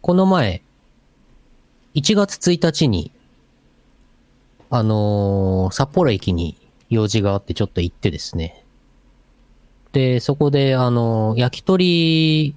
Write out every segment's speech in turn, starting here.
この前、1月1日に、札幌駅に用事があってちょっと行ってですね。で、そこで、焼き鳥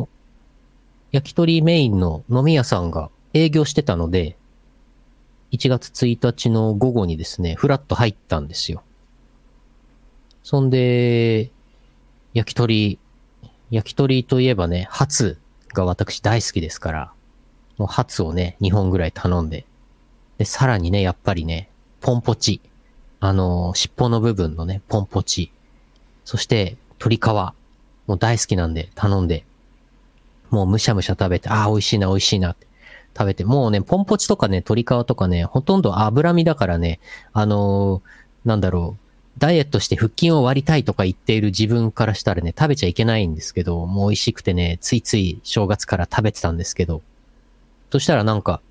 メインの飲み屋さんが営業してたので、1月1日の午後にですね、フラッと入ったんですよ。そんで、焼き鳥といえばね、ハツが私大好きですから、もうハツをね、2本ぐらい頼んで、で、さらにね、やっぱりね、ポンポチ。尻尾の部分のね、ポンポチ。そして、鶏皮。もう大好きなんで頼んで、もうむしゃむしゃ食べて、美味しいな、美味しいなって食べて、もうね、ポンポチとかね、鶏皮とかね、ほとんど脂身だからね、なんだろう、ダイエットして腹筋を割りたいとか言っている自分からしたらね、食べちゃいけないんですけど、もう美味しくてね、ついつい正月から食べてたんですけど、そしたらなんか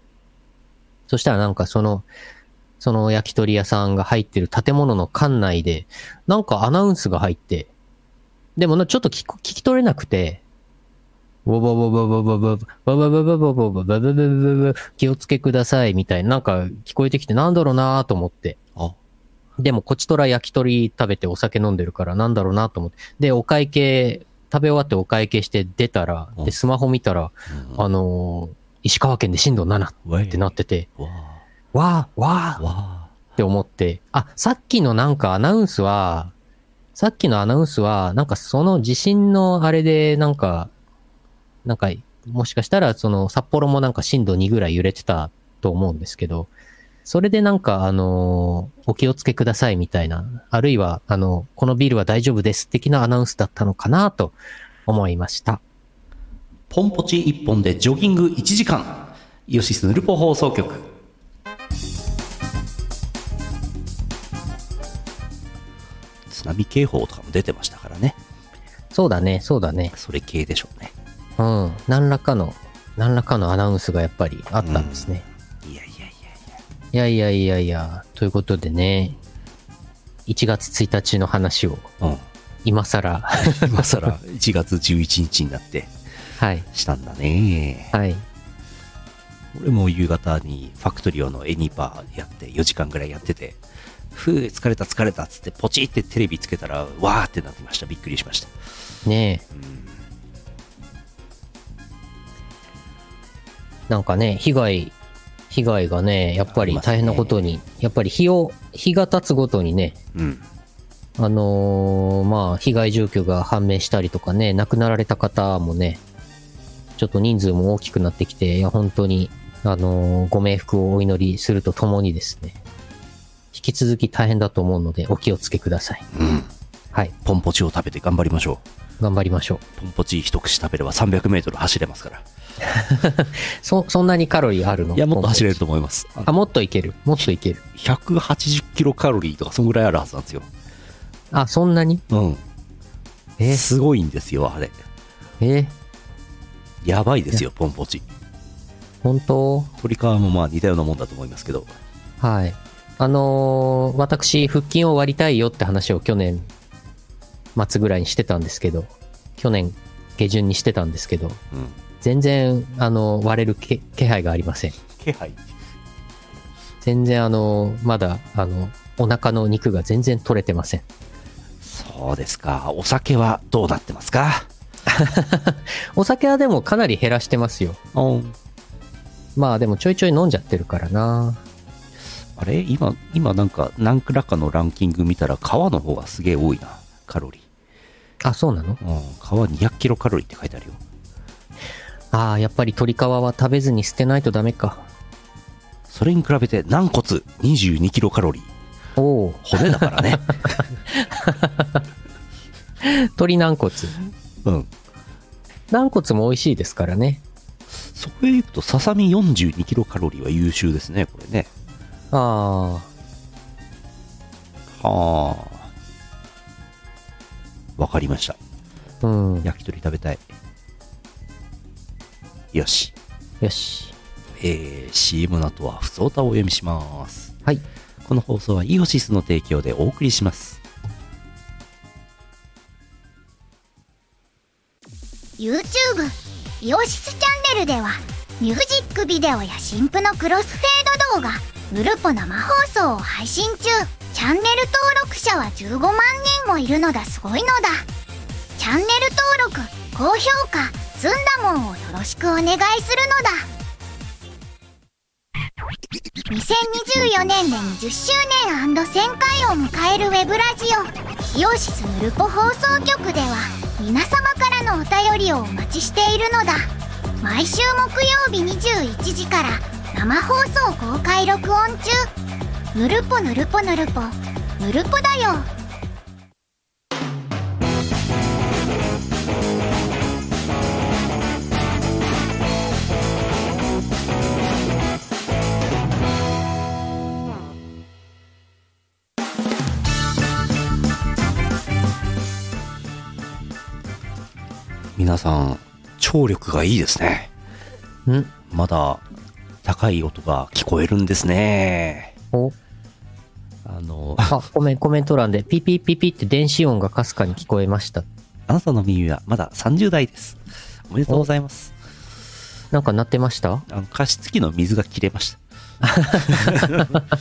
その焼き鳥屋さんが入ってる建物の館内で、なんかアナウンスが入って、でもちょっと聞き取れなくて、気をつけくださいみたいな、なんか聞こえてきてなんだろうなと思って。でもこちとら焼き鳥食べてお酒飲んでるからなんだろうなと思って。で、お会計、食べ終わってお会計して出たら、で、スマホ見たら、石川県で震度7ってなってて、わーって思って、さっきのアナウンスは、なんかその地震のあれで、なんか、もしかしたらその札幌もなんか震度2ぐらい揺れてたと思うんですけど、それでなんかお気をつけくださいみたいな、あるいはこのビルは大丈夫です的なアナウンスだったのかなと思いました。 ポンポチ1本でジョギング1時間。イオシスヌルポ放送局。津波警報とかも出てましたからね。 そうだね。それ系でしょうね。 うん。何らかのアナウンスがやっぱりあったんですね。いや。ということでね、1月1日の話を、今更 1月11日になって、したんだね。 はい。 俺も夕方にファクトリオのエニパーやって4時間ぐらいやってて、疲れたっつってポチってテレビつけたらわーってなってました。びっくりしました。 ねえ。なんかね、被害がね、やっぱり大変なことに、やっぱり日が経つごとにね、被害状況が判明したりとかね、亡くなられた方もね、ちょっと人数も大きくなってきて、いや、本当に、ご冥福をお祈りするとともにですね、引き続き大変だと思うので、お気をつけください。はい。 ポンポチを食べて頑張りましょう。ポンポチ一口食べれば300メートル走れますから。 そんなにカロリーあるの？ いや、もっと走れると思います。 もっといける。 180キロカロリーとか、そんぐらいあるはずなんですよ。 そんなに？ すごいんですよ、あれ。やばいですよ、ポンポチ。 本当？ 鶏皮も似たようなもんだと思いますけど。 はい。私、腹筋を割りたいよって話を去年末ぐらいにしてたんですけど、去年下旬にしてたんですけど、全然、割れる気配がありません。 気配？ 全然、まだ、お腹の肉が全然取れてません。 そうですか。お酒はどうなってますか？ お酒はでもかなり減らしてますよ。まあでもちょいちょい飲んじゃってるからな。 あれ今なんか何らかのランキング見たら皮の方がすげえ多いな、カロリー。 そうなの？ 皮200キロカロリーって書いてあるよ。 やっぱり鶏皮は食べずに捨てないとダメか。 それに比べて軟骨22キロカロリー。骨だからね。 鶏軟骨。軟骨も美味しいですからね。 そこへ行くとささみ42キロカロリーは優秀ですね、これね。わかりました。焼き鳥食べたい。よし。CM の後はふつおたをお読みします。 はい。 この放送はイオシスの提供でお送りします。 YouTube イオシスチャンネルではミュージックビデオや新婦のクロスフェード動画、ヌルポ生放送を配信中。チャンネル登録者は15万人もいるのだ。すごいのだ。チャンネル登録、高評価、ずんだもんをよろしくお願いするのだ。2024年で20周年 &1000 回を迎えるウェブラジオイオシスヌルポ放送局では、皆様からのお便りをお待ちしているのだ。毎週木曜日21時から生放送公開録音中。ヌルポヌルポヌルポヌルポだよ。 皆さん、聴力がいいですね。まだ高い音が聞こえるんですね。 おコメント欄でピピピピって電子音がかすかに聞こえました。 あなたの耳はまだ30代です。おめでとうございます。 なんか鳴ってました？ 加湿器の水が切れました。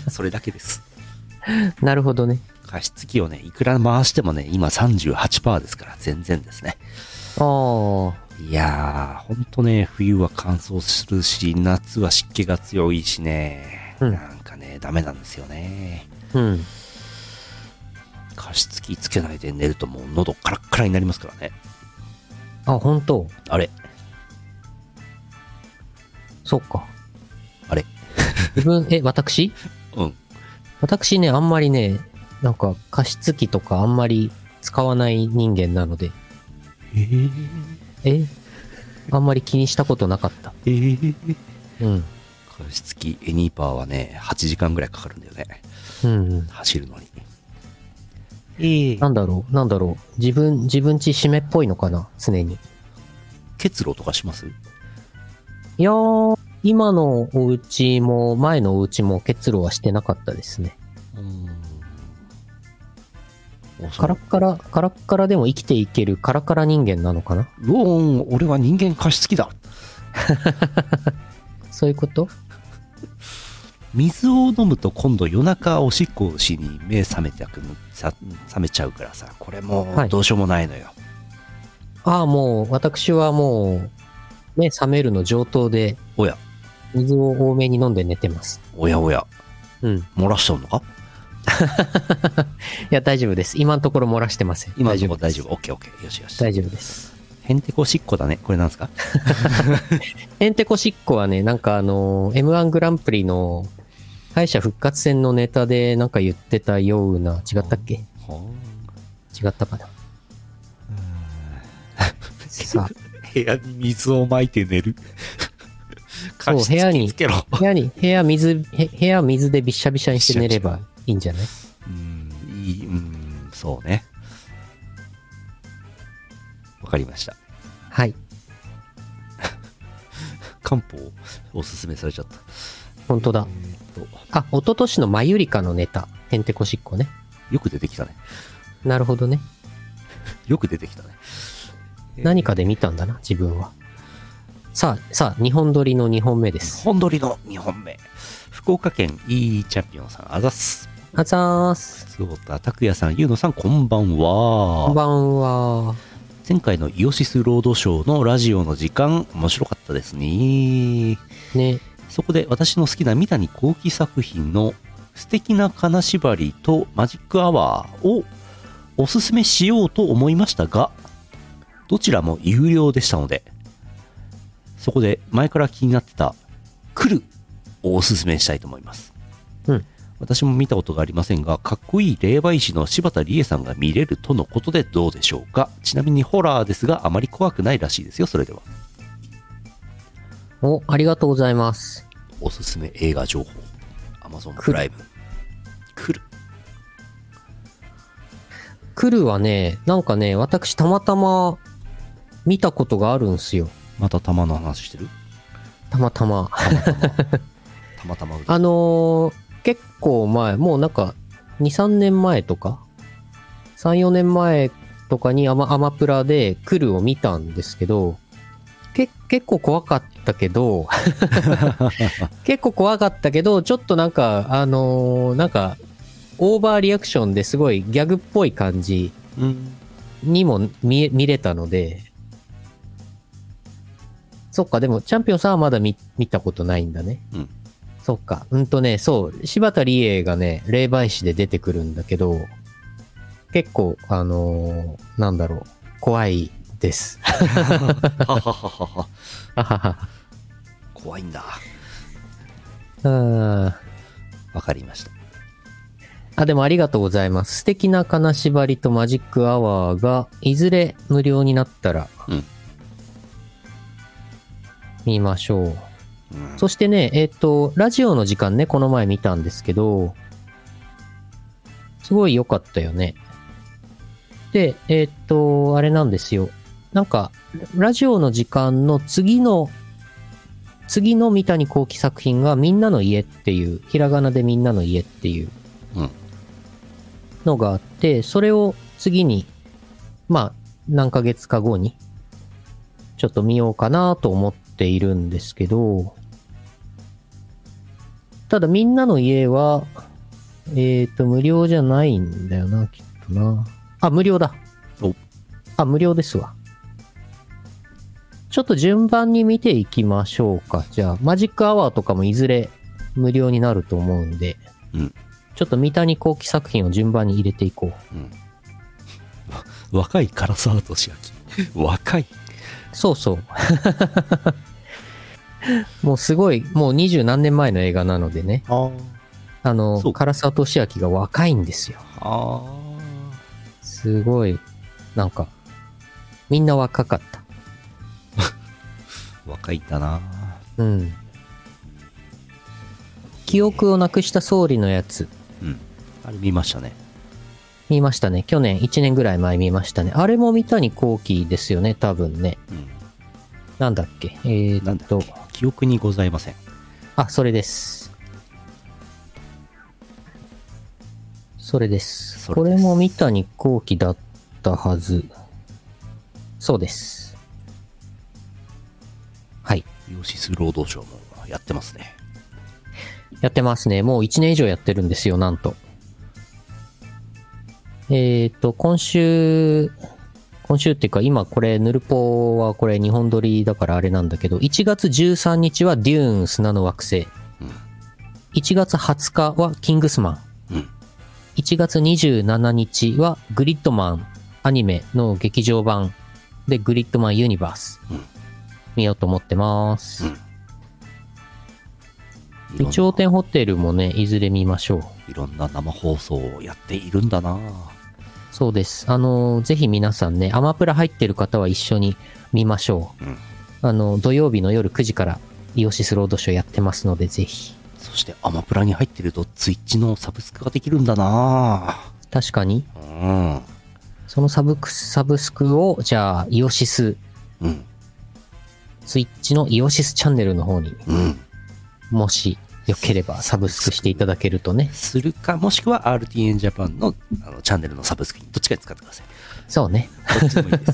それだけです。 なるほどね。 加湿器をね、いくら回してもね、今 38% ですから全然ですね。いやー、ほんとね、冬は乾燥するし、夏は湿気が強いしね、なんかね、ダメなんですよね。加湿器つけないで寝るともう喉カラッカラになりますからね。 ほんと？ あれ？ そっか。 あれ？ 私？ うん。 私ね、あんまりね、なんか加湿器とかあんまり使わない人間なので。あんまり気にしたことなかった。 加湿器エニーパーはね、8時間ぐらいかかるんだよね。走るのに。 なんだろう。自分家湿っぽいのかな、常に。 結露とかします？ いやー、今のお家も前のお家も結露はしてなかったですね。カラッカラでも生きていけるカラカラ人間なのかな。 俺は人間加湿器だ。 そういうこと？ 水を飲むと今度夜中おしっこをしに目覚めちゃうからさ、これもうどうしようもないのよ。 もう私はもう目覚めるの上等で、水を多めに飲んで寝てます。 漏らしちゃうのか？ いや、大丈夫です。今のところ漏らしてません。 今のところ大丈夫。オッケー。よし。 大丈夫です。 へんてこしっこだね。これなんですか？ へんてこしっこはね、なんかM1 グランプリの敗者復活戦のネタでなんか言ってたような、違ったっけ？違ったかな。さあ。 部屋に水をまいて寝る。 そう、部屋水でびっしゃびしゃにして寝ればいいんじゃない？ そうね。わかりました。 はい。 漢方おすすめされちゃった。 本当だ。一昨年のマユリカのネタ、へんてこしっこね。 よく出てきたね。 なるほどね。 よく出てきたね。 何かで見たんだな、自分は。さあ、2本撮りの2本目です。 2本撮りの2本目。福岡県 E チャンピオンさん、あざっす。 あざーす。 津田拓也さん、ゆうのさん、こんばんは。 こんばんは。 前回のイオシスロードショーのラジオの時間、面白かったですね。そこで私の好きな三谷幸喜作品の素敵な金縛りとマジックアワーをおすすめしようと思いましたが、どちらも有料でしたので、そこで前から気になってた来るをおすすめしたいと思います。私も見たことがありませんが、かっこいい霊媒師の柴田理恵さんが見れるとのことでどうでしょうか。ちなみにホラーですがあまり怖くないらしいですよ。それではありがとうございます。 おすすめ映画情報 Amazon プライム。 来るはね、なんかね、私たまたま見たことがあるんすよ。 また玉の話してる？ たまたま結構前、もうなんか2、3年前とか3、4年前とかにアマプラで来るを見たんですけど、 結構怖かったけど、結構怖かったけど、ちょっとなんか、なんか、オーバーリアクションですごいギャグっぽい感じにも見れたので、そっか、でも、チャンピオンさんはまだ見たことないんだね。 うん。 そっか。そう、柴田理恵がね、霊媒師で出てくるんだけど、結構、なんだろう、怖いです。 怖いんだ。 わかりました。 でもありがとうございます。素敵な金縛りとマジックアワーが、いずれ無料になったら、見ましょう。そしてね、ラジオの時間ね、この前見たんですけど、すごい良かったよね。で、あれなんですよ。なんか、ラジオの時間の次の三谷幸喜作品がみんなの家っていう、ひらがなでみんなの家っていうのがあって、それを次に、まあ、何ヶ月か後に、ちょっと見ようかなと思っているんですけど、ただみんなの家は、無料じゃないんだよな、きっとな。無料だ。無料ですわ。ちょっと順番に見ていきましょうか。じゃあ、マジックアワーとかもいずれ無料になると思うんで、ちょっと三谷幸喜作品を順番に入れていこう。若い唐沢寿明。若い。 そうそう。もうすごい、もう20何年前の映画なのでね。唐沢寿明が若いんですよ。すごい、なんか、みんな若かった。 若いんだな。 記憶をなくした総理のやつ。 あれ見ましたね。 見ましたね。去年、1年ぐらい前見ましたね。あれも三谷幸喜ですよね、多分ね。なんだっけ。 記憶にございません。 それです。それです。これも三谷幸喜だったはず。そうです。はい。 イオシス労働省もやってますね。 やってますね。もう1年以上やってるんですよ、なんと。今週っていうか今これ、ヌルポはこれ日本撮りだからあれなんだけど、1月13日はデューン砂の惑星。1月20日はキングスマン。1月27日はグリッドマンアニメの劇場版でグリッドマンユニバース。見ようと思ってます。頂点ホテルもね、いずれ見ましょう。いろんな生放送をやっているんだな。 そうです。ぜひ皆さんね、アマプラ入ってる方は一緒に見ましょう。土曜日の夜9時からイオシスロードショーやってますので、ぜひ。 そしてアマプラに入ってるとツイッチのサブスクができるんだな。 確かに。そのサブスクを、じゃあ、イオシス、ツイッチのイオシスチャンネルの方に、もしよければサブスクしていただけるとね。 するか、もしくは RTN ジャパンのチャンネルのサブスクにどっちかに使ってください。 そうね。 どっちでもいいです。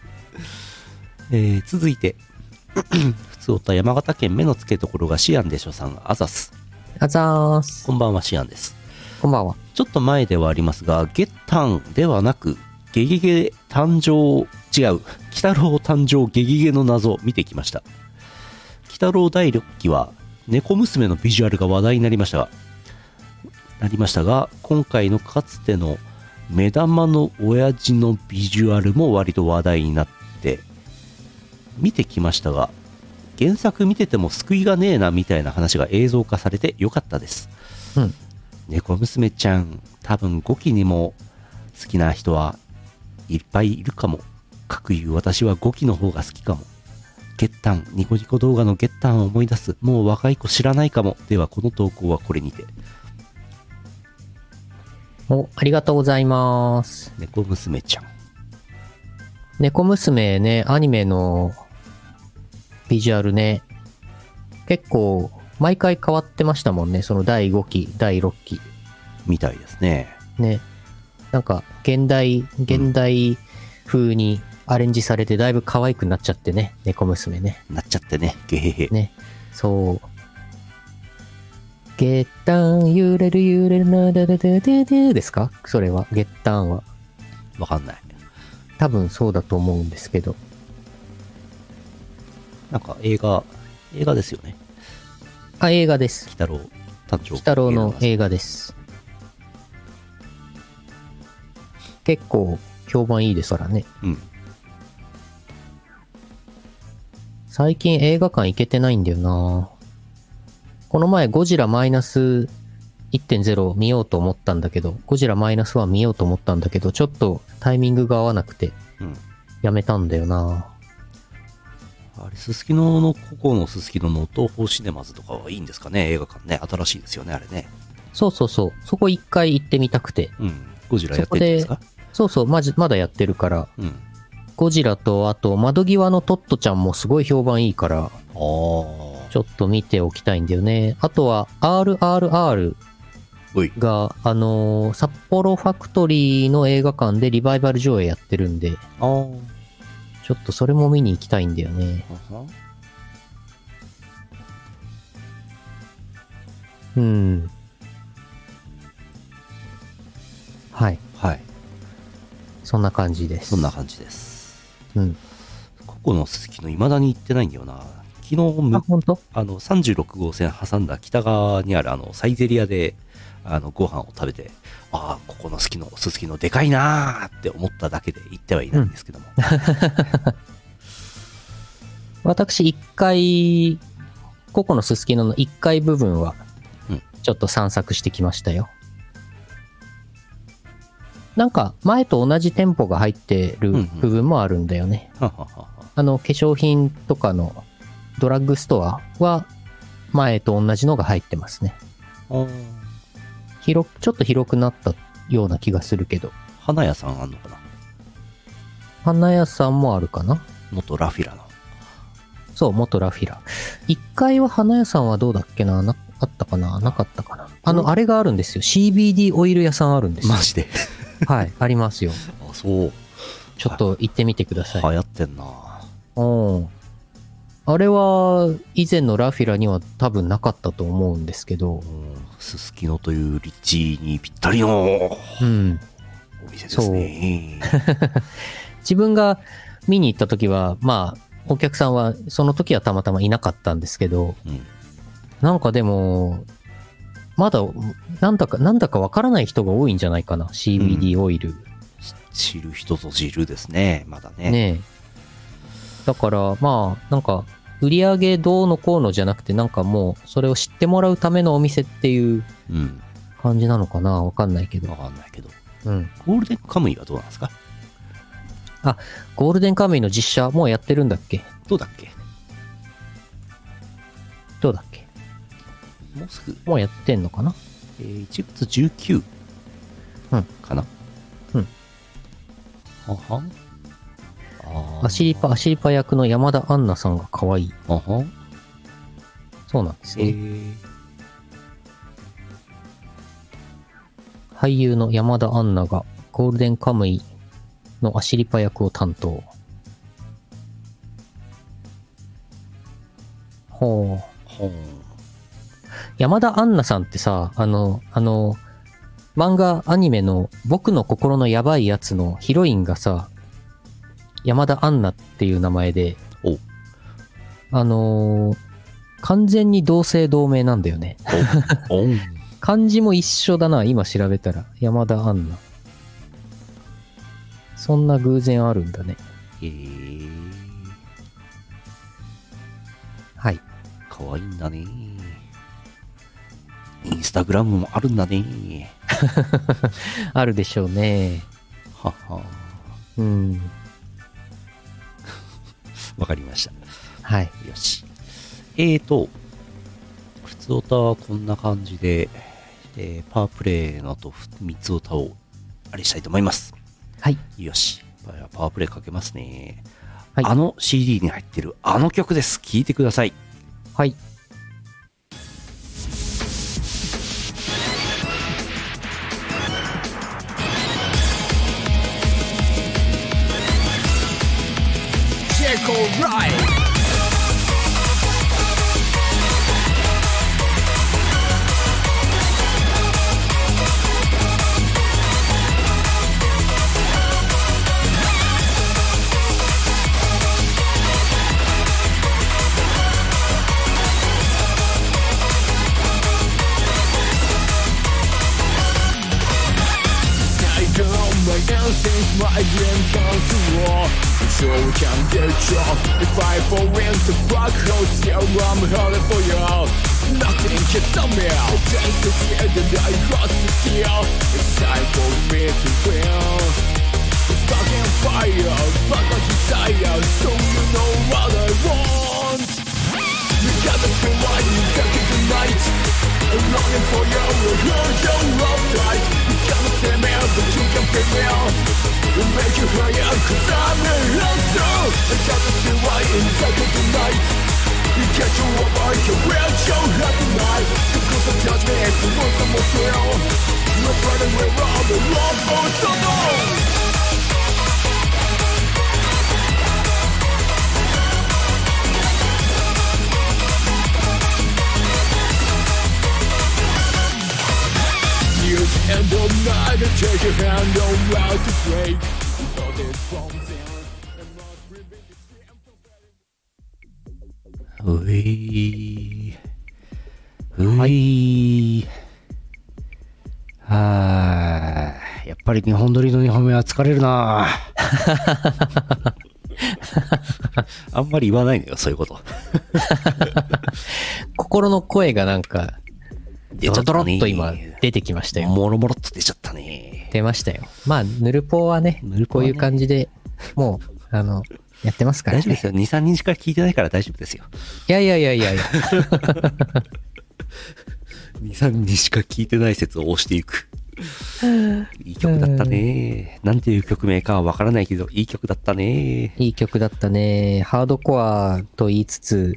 続いて、ふつおた山形県目の付けどころがシアンでしょさん、あざす。 あざーす。 こんばんは、シアンです。 こんばんは。 ちょっと前ではありますが、ゲッタンではなく、ゲゲゲ誕生、違う、鬼太郎誕生ゲゲゲの謎を見てきました。鬼太郎第6期は、猫娘のビジュアルが話題になりましたが、今回のかつての目玉の親父のビジュアルも割と話題になって見てきましたが、原作見てても救いがねえなみたいな話が映像化されてよかったです。猫娘ちゃん、多分5期にも好きな人はいっぱいいるかも。かくいう私は5期の方が好きかも。ゲッタン、ニコニコ動画のゲッタンを思い出す。もう若い子知らないかも。ではこの投稿はこれにて。 ありがとうございます。 猫娘ちゃん。 猫娘ね、アニメのビジュアルね、結構毎回変わってましたもんね。その第5期、第6期。 みたいですね。 ね。なんか現代風にアレンジされてだいぶ可愛くなっちゃってね、猫娘ね。 なっちゃってね、ゲヘヘ。 ね、そう。月端揺れる揺れるなだだだだだですか？それは、月端は。 わかんない。 多分そうだと思うんですけど。 なんか映画ですよね。 あ、映画です。 鬼太郎誕生。 鬼太郎の映画です。結構評判いいですからね。 うん。 最近映画館行けてないんだよな。この前ゴジラマイナス 1.0 見ようと思ったんだけど、ゴジラマイナス1見ようと思ったんだけど、ちょっとタイミングが合わなくて、やめたんだよな。 あれ、すすきのの、ここのすすきのの東宝シネマズとかはいいんですかね、映画館ね。新しいですよね、あれね。 そうそうそう。そこ一回行ってみたくて。 うん。ゴジラやってるんですか？ そうそう、まだやってるから。 うん。 ゴジラと、あと、窓際のトットちゃんもすごい評判いいから、ちょっと見ておきたいんだよね。あとは、RRR が、札幌ファクトリーの映画館でリバイバル上映やってるんで、ちょっとそれも見に行きたいんだよね。うん。はい。 はい。 そんな感じです。 そんな感じです。 うん。 ここのすすきの未だに行ってないんだよな。昨日本当 36号線挟んだ北側にあるサイゼリアで、ご飯を食べて、ああ、ここのすすきのでかいなーって思っただけで行ってはいないんですけども。 私、ここのすすきのの1階部分は、ちょっと散策してきましたよ。なんか、前と同じ店舗が入ってる部分もあるんだよね。化粧品とかのドラッグストアは、前と同じのが入ってますね。ちょっと広くなったような気がするけど。 花屋さんあんのかな？ 花屋さんもあるかな？ 元ラフィラの。 そう、元ラフィラ。1階は花屋さんはどうだっけな？あったかな？なかったかな？あれがあるんですよ。CBD オイル屋さんあるんですよ。 マジで？ はい、ありますよ。 あ、そう。 ちょっと行ってみてください。 流行ってんな。 あれは以前のラフィラには多分なかったと思うんですけど、 すすきのという立地にぴったりのお店ですね。 自分が見に行った時は、まあお客さんはその時はたまたまいなかったんですけど、なんかでもまだなんだかわからない人が多いんじゃないかな。 CBD オイル、 知る人ぞ知るですね、まだね。 ねえ。だからまあなんか売り上げどうのこうのじゃなくて、なんかもうそれを知ってもらうためのお店っていう感じなのかな。わかんないけど。 わかんないけど。 うん。 ゴールデンカムイはどうなんですか？ あ、ゴールデンカムイの実写もうやってるんだっけ？ どうだっけ？もうすぐ。 もうやってんのかな ？1月19かな？ははん。 アシリパ役の山田杏奈さんが可愛い。そうなんですね。俳優の山田杏奈がゴールデンカムイのアシリパ役を担当。ほう。山田杏奈さんってさ、漫画アニメの僕の心のやばいやつのヒロインがさ、山田杏奈っていう名前で、完全に同姓同名なんだよね。漢字も一緒だな、今調べたら。山田杏奈。そんな偶然あるんだね。はい。 かわいいんだね。インスタグラムもあるんだね。 あるでしょうね。 はは。わかりました。 はい。 よし。普通歌はこんな感じで、パワープレイの後、3つ歌をあれしたいと思います。 はい。 よし。パワープレイかけますね。 はい。 CD に入ってる曲です。聴いてください。 はい。 make alright Since my dream comes true, so we can get drunk. If I fall into black hole, still I'm hurting for you. Nothing can stop me. Just to see that I lost the seal. It's time for me to win. It's stuck in fire, but my desire, so you know what I want. You gotta feel like you got it tonight. I'm longing for you, hold your love tight. You gotta stay me, but you can feel me. We'll make you higher, cause I'm a hustler. I gotta feel right inside of the night. You catch your over, you will show up tonight. You cause and touch me if you want some more thrill. You're running with all the love for someone. And all night to take your hand on how to break all this bones and must remain the strength of やっぱり日本撮りの2本目は疲れるなあんまり言わないのよ、そういうこと心の声がなんかドロドロっと今出てきましたよ。 もろもろっと出ちゃったね。 出ましたよ。まあヌルポはね、こういう感じでもうやってますからね。 大丈夫ですよ。2、3人しか聞いてないから大丈夫ですよ。 いや 2、3人しか聞いてない説を押していく。いい曲だったね。なんていう曲名かはわからないけど、いい曲だったね。 いい曲だったね。ハードコアと言いつつ、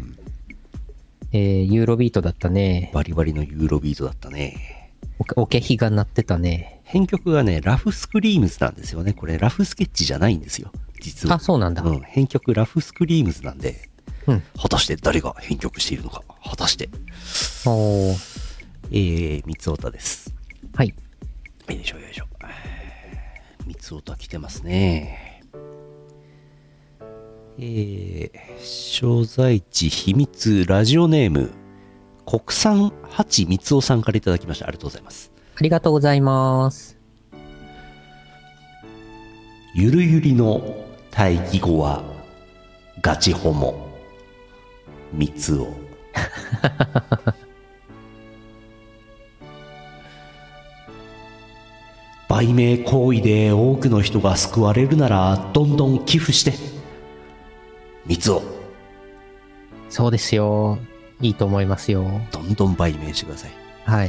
ユーロビートだったね。 バリバリのユーロビートだったね。 おけひが鳴ってたね。 編曲がね、ラフスクリームズなんですよね。これラフスケッチじゃないんですよ。実は。 あ、そうなんだ。 編曲ラフスクリームズなんで、果たして誰が編曲しているのか。果たして。三つおたです。 はい。 よいしょ。三つおた来てますね。所在地秘密ラジオネーム国産八三尾さんからいただきました。ありがとうございます。 ありがとうございます。 ゆるゆりの対義語はガチホモ三尾売名行為で多くの人が救われるならどんどん寄付して三尾。 そうですよ。いいと思いますよ。 どんどん売名してください。 はい。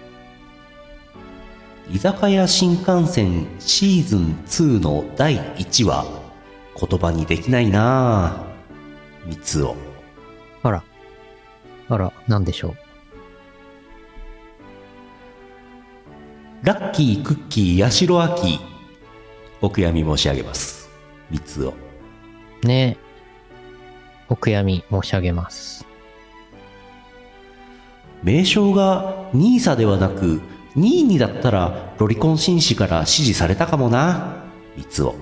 居酒屋新幹線シーズン2の第1話、言葉にできないなぁ。三尾。 あら、なんでしょう。 ラッキークッキー八代亜紀、お悔やみ申し上げます。三尾。 ねえ。お悔やみ申し上げます。 名称がニーサではなくニーニだったらロリコン紳士から支持されたかもな。三尾。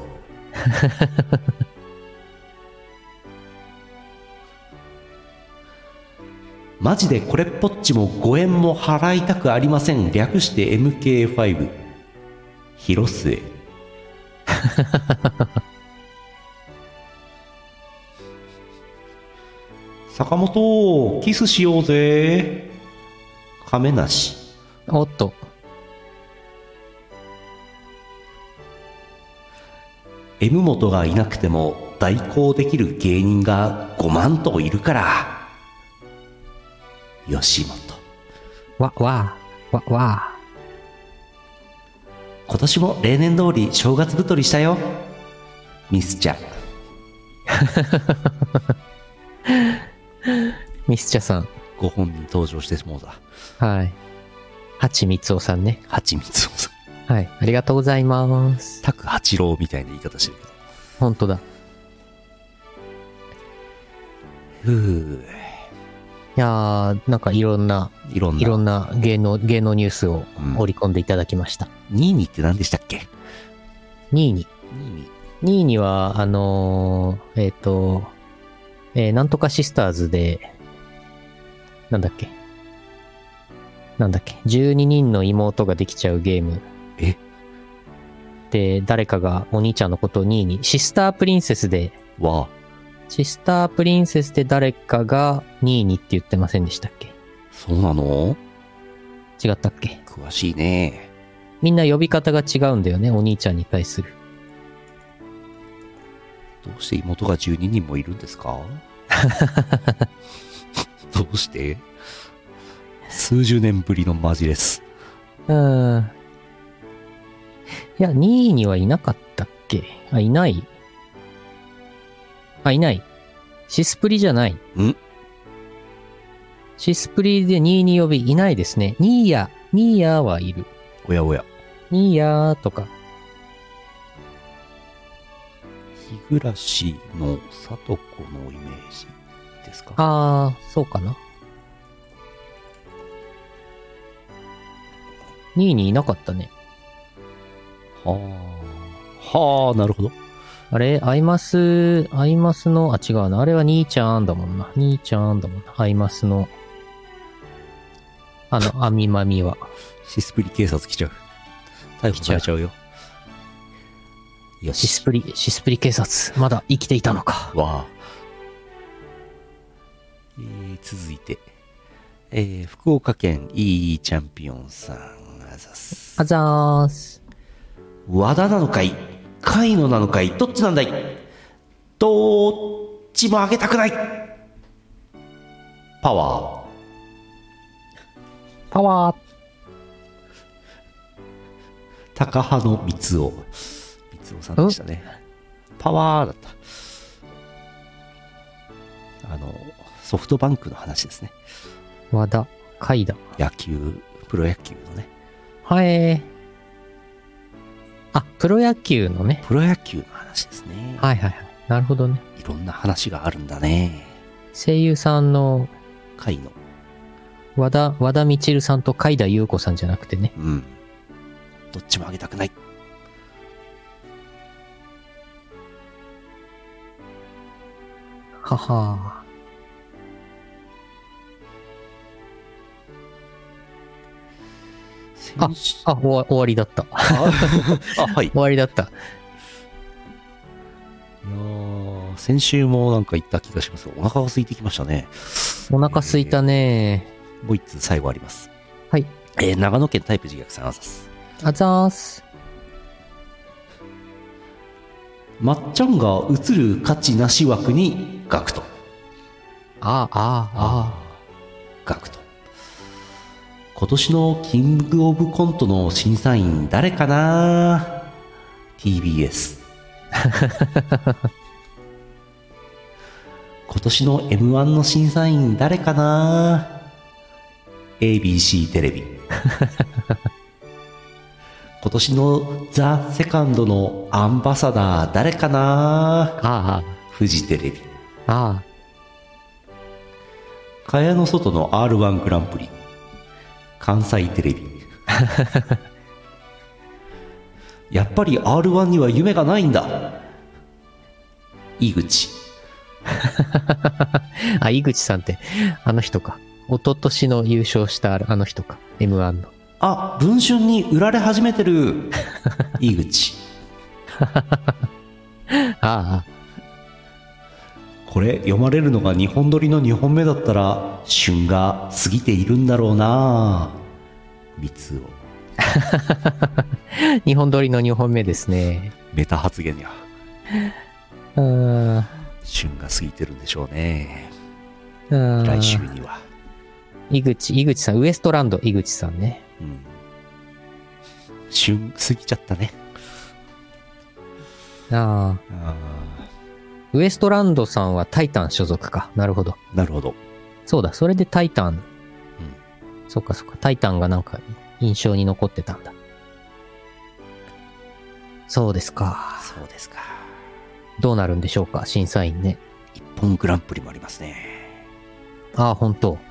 マジでこれっぽっちも5円も払いたくありません。略して MK5。広末。坂本キスしようぜ。亀梨。 おっと。 M 元がいなくても代行できる芸人が5万といるから。吉本。 わあ。 今年も例年通り正月太りしたよ。ミスチャ。 ミスチャさん。 ご本人登場してもうた。 はい。八三尾さんね。 八三尾さん。はい。ありがとうございます。 拓八郎みたいな言い方してるけど。 ほんとだ。 いやー、なんかいろんな芸能ニュースを織り込んでいただきました。 ニーニって何でしたっけ？ ニーニは、なんとかシスターズで、なんだっけ、12人の妹ができちゃうゲーム。で、誰かがお兄ちゃんのことをニーニ、シスタープリンセスで誰かがニーニって言ってませんでしたっけ？ そうなの？ 違ったっけ？ 詳しいね。 みんな呼び方が違うんだよね、お兄ちゃんに対する。 どうして妹が12人もいるんですか？どうして？数十年ぶりのマジです。 いや、2位にはいなかったっけ？いない。いない。シスプリじゃない。シスプリで2位に呼びいないですね。ニーヤはいる。 おやおや。 ニーヤーとか。 日暮らしのさとこのイメージですか？ そうかな。2位にいなかったね。 はあ、なるほど。 あれ、アイマスの、違うな。あれは兄ちゃんだもんな。アイマスの、アミマミは。 シスプリ警察来ちゃう。逮捕されちゃうよ。よし。 シスプリ警察、まだ生きていたのか。 わあ。続いて、福岡県いいチャンピオンさん、あざーす。和田なのかい、海野なのかい、どっちなんだい、どっちもあげたくない。パワー。高羽の三尾さんでしたね。パワーだった。ソフトバンクの話ですね。 和田、海田。 プロ野球のね。 プロ野球のね。 プロ野球の話ですね。 はい。なるほどね。 いろんな話があるんだね。 声優さんの、 海野。 和田みちるさんと海田優子さんじゃなくてね。 どっちもあげたくない。 はは終わりだった。 はい。 終わりだった。いやー、先週もなんか言った気がします。お腹が空いてきましたね。 お腹空いたね。 もう一つ最後あります。 はい。 長野県タイプ自虐さん、あざす。 あざーす。 まっちゃんが映る価値なし枠にガクト。ガクト。今年のキングオブコントの審査員誰かな？ TBS。今年の M1 の審査員誰かな？ ABC テレビ。今年のザ・セカンドのアンバサダー誰かな？フジテレビ。蚊帳の外の R1 グランプリ。関西テレビ。やっぱり R1 には夢がないんだ。井口。 井口さんってあの人か。一昨年の優勝したあの人か。M1 の。 文春に売られ始めてる。井口。これ読まれるのが2本撮りの2本目だったら旬が過ぎているんだろうな。三つを。 2本撮りの2本目ですね。 メタ発言や。旬が過ぎてるんでしょうね。来週には。 井口さん、ウエストランド井口さんね。 旬過ぎちゃったね。 ウエストランドさんはタイタン所属か。なるほど。そうだ、それでタイタン。そっか。タイタンがなんか印象に残ってたんだ。そうですか。 そうですか。 どうなるんでしょうか、審査員ね。 一本グランプリもありますね。 ああ、本当。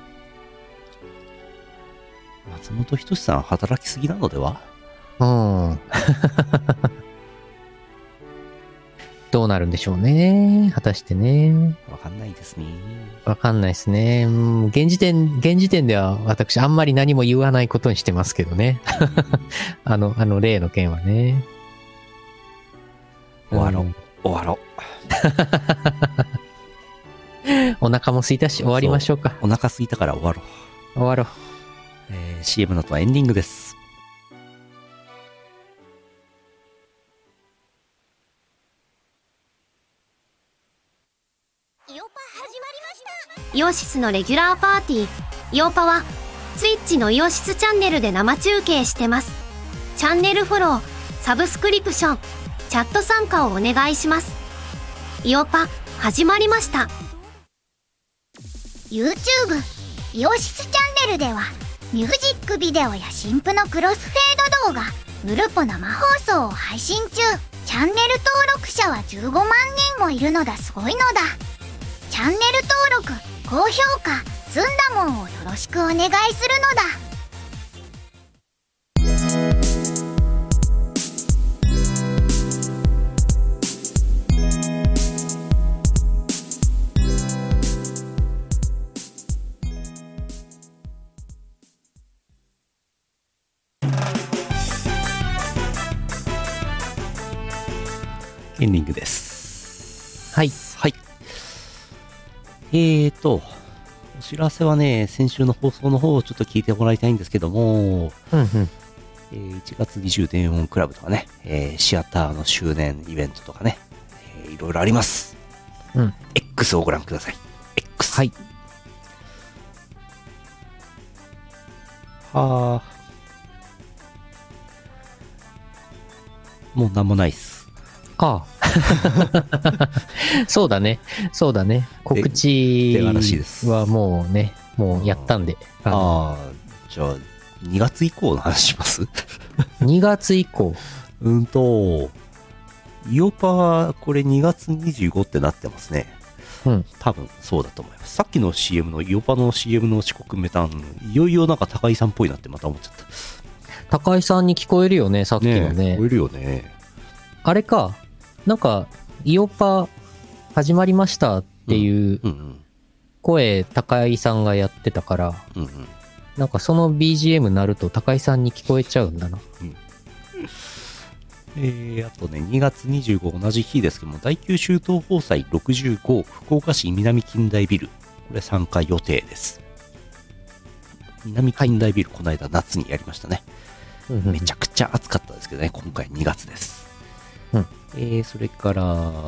松本人志さん働きすぎなのでは？ うん。どうなるんでしょうね。果たしてね。 わかんないですね。 わかんないですね。現時点では私あんまり何も言わないことにしてますけどね。あの例の件はね。 終わろう。終わろう。お腹も空いたし終わりましょうか。 お腹空いたから終わろう。 終わろう。 CM の後はエンディングです。 イオシスのレギュラーパーティーイオパはツイッチのイオシスチャンネルで生中継してます。チャンネルフォロー、サブスクリプション、チャット参加をお願いします。イオパ始まりました。 YouTube イオシスチャンネルではミュージックビデオや新婦のクロスフェード動画、ヌルポ生放送を配信中。チャンネル登録者は15万人もいるのだ。すごいのだ。チャンネル登録、高評価、ずんだもんをよろしくお願いするのだ。 エンディングです。 はい。 はい。お知らせはね、先週の放送の方をちょっと聞いてもらいたいんですけども、 1 月20電音クラブとかね、シアターの周年イベントとかね、いろいろあります。X をご覧ください。X。 はい。 はあ。もうなんもないっす。 ああ。そうだね。告知はもうね、もうやったんで。 じゃあ、2月以降の話します？ 2 月以降。 イオパはこれ2月25ってなってますね。多分そうだと思います。さっきの CM のイオパの CM の遅刻メタン、いよいよなんか高井さんっぽいなってまた思っちゃった。 高井さんに聞こえるよね、さっきのね。 聞こえるよね。 あれか。なんか、イオパ始まりましたっていう声、高井さんがやってたから、なんかその BGM 鳴ると高井さんに聞こえちゃうんだな。あとね、2月25同じ日ですけども、第9州東宝祭65福岡市南近代ビル、これ参加予定です。南近代ビル、この間夏にやりましたね。めちゃくちゃ暑かったですけどね、今回2月です。それから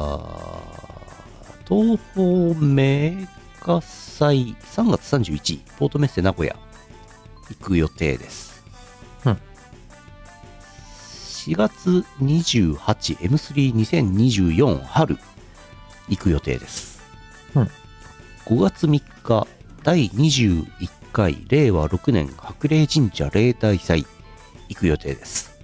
東宝メガ祭3月31日ポートメッセ名古屋行く予定です。4月 28M32024 春行く予定です。5月3日第21回令和6年白麗神社例大祭行く予定です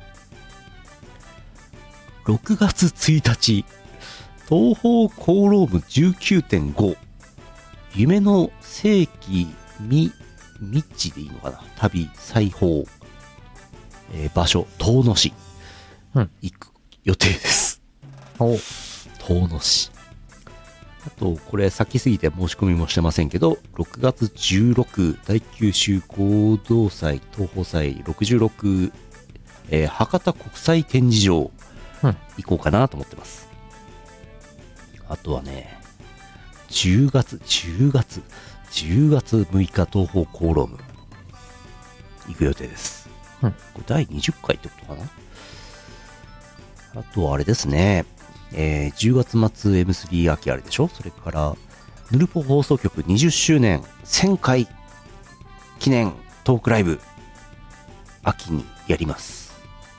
。6月1日、東宝コーローム 19.5 夢の世紀未知でいいのかな、旅裁縫、場所遠野市、行く予定です。遠野市。あとこれ先すぎて申し込みもしてませんけど、6月16第九州合同祭東宝祭66、博多国際展示場行こうかなと思ってます。あとはね、10月6日東宝コーローム行く予定です。これ第20回ってことかな。あとはあれですね、10月末 M3 秋あれでしょ。それからヌルポ放送局20周年1000回記念トークライブ秋にやります。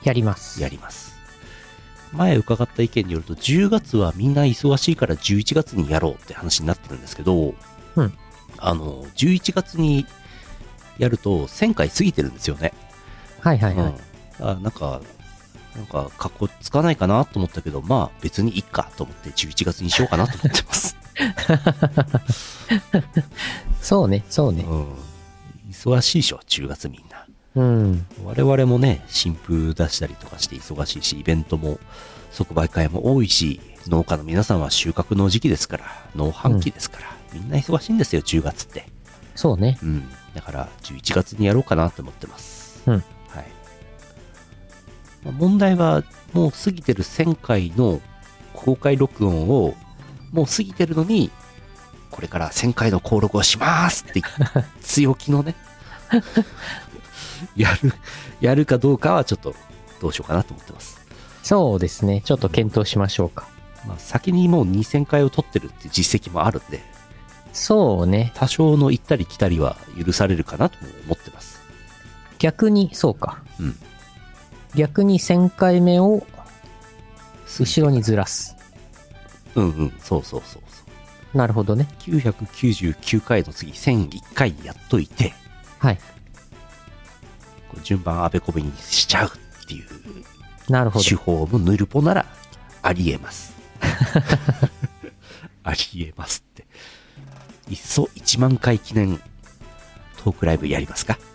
前伺った意見によると10月はみんな忙しいから11月にやろうって話になってるんですけど、11月にやると1000回過ぎてるんですよね。なんか格好つかないかなと思ったけど、まあ別にいいかと思って11月にしようかなと思ってます。 そうね、そうね。 うん。忙しいでしょ、10月みんな。 うん。 我々もね、新風出したりとかして忙しいし、イベントも即売会も多いし、農家の皆さんは収穫の時期ですから、農繁期ですから、みんな忙しいんですよ、10月って。 そうね。 うん。だから11月にやろうかなと思ってます。 うん。 はい。まあ問題はもう過ぎてる1000回の公開録音をもう過ぎてるのに、これから1000回の登録をしますって強気のねやるかどうかはちょっとどうしようかなと思ってます。 そうですね。ちょっと検討しましょうか。 まあ、先にもう2000回を取ってるっていう実績もあるんで、 そうね。 多少の行ったり来たりは許されるかなとも思ってます。 逆に、そうか。 うん。 逆に1000回目を後ろにずらす。 うんうん、そうそうそうそう。 なるほどね。 999回の次1001回やっといて、 はい。 順番あべこべにしちゃうっていうなるほど。 手法もヌルポならありえます。ありえますって。いっそ1万回記念トークライブやりますか？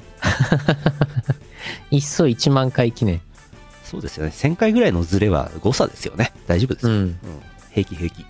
いっそ1万回記念。 そうですよね。1000回ぐらいのズレは誤差ですよね。大丈夫ですよ。 うん。 うん、平気平気。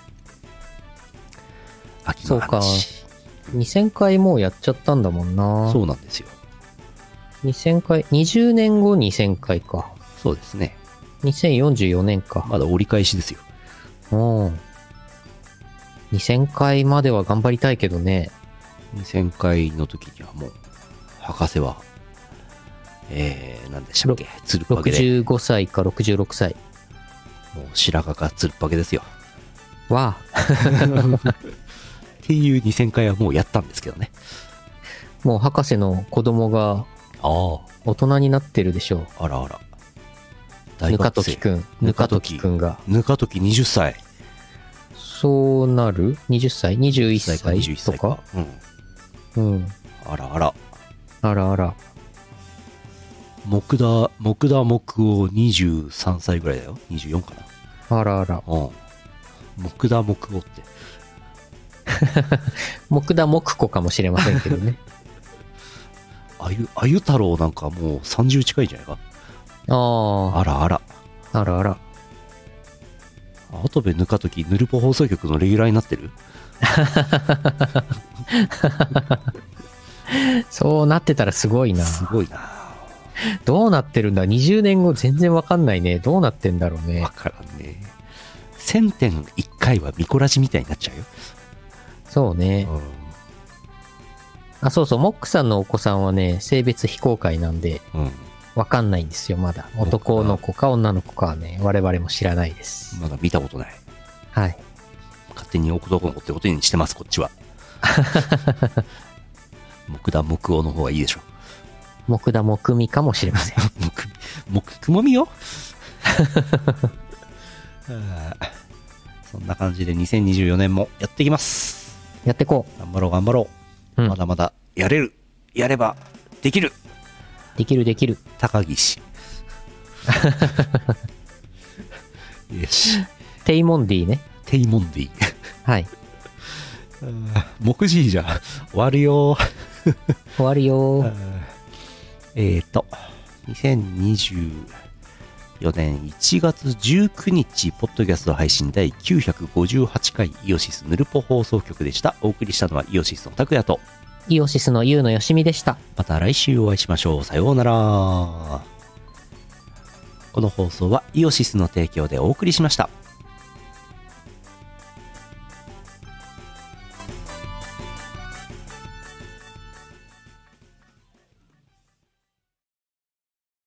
秋の話。 そうか。2000回もうやっちゃったんだもんな。 そうなんですよ。 2000回、20年後2000回か。 そうですね。 2044年か。 まだ折り返しですよ。 うん。2000回までは頑張りたいけどね。 2000回の時にはもう、博士は、何でしたっけ、つるっぱげで。 65歳か66歳。 もう白髪がつるっぱげですよ。 わあ。 っていう2000回はもうやったんですけどね。 もう博士の子供が大人になってるでしょう。 あらあら。 ぬかときくん。ぬかときくんが。 ぬかとき20歳。 そうなる ?20 歳 ?21 歳 21歳とか。 うん。 うん。 あらあら。 あらあら。 木田木夫23歳ぐらいだよ。24かな。 あらあら。 うん。木田木夫って。 木田木子かもしれませんけどね。 あゆ太郎なんかもう30近いんじゃないか。あらあら。 あらあら。 跡部ぬかときぬるぽ放送局のレギュラーになってる。 そうなってたらすごいな。 すごいな。 どうなってるんだ ?20 年後全然わかんないね。どうなってんだろうね。 わからんね。1000点1回はミコラジみたいになっちゃうよ。 そうね。 うん、 あ、そうそう。モックさんのお子さんはね、性別非公開なんで、 うん、 わかんないんですよ、まだ。男の子か女の子かはね、我々も知らないです。 まだ見たことない。 はい。 勝手に男の子ってことにしてます、こっちは。木田木夫の方がいいでしょ。 木田木美かもしれません。 くもみよ。そんな感じで2024年もやっていきます。 やってこう。頑張ろう頑張ろう。まだまだやれる。やればできる。 できるできる。 高岸。よし。 テイモンディね。 テイモンディ。 はい。 目次じゃ終わるよ。 終わるよ。 2024年1月19日、ポッドキャスト配信第958回イオシスヌルポ放送局でした。お送りしたのはイオシスの拓也とイオシスのユウのよしみでした。 また来週お会いしましょう。さようなら。この放送はイオシスの提供でお送りしました。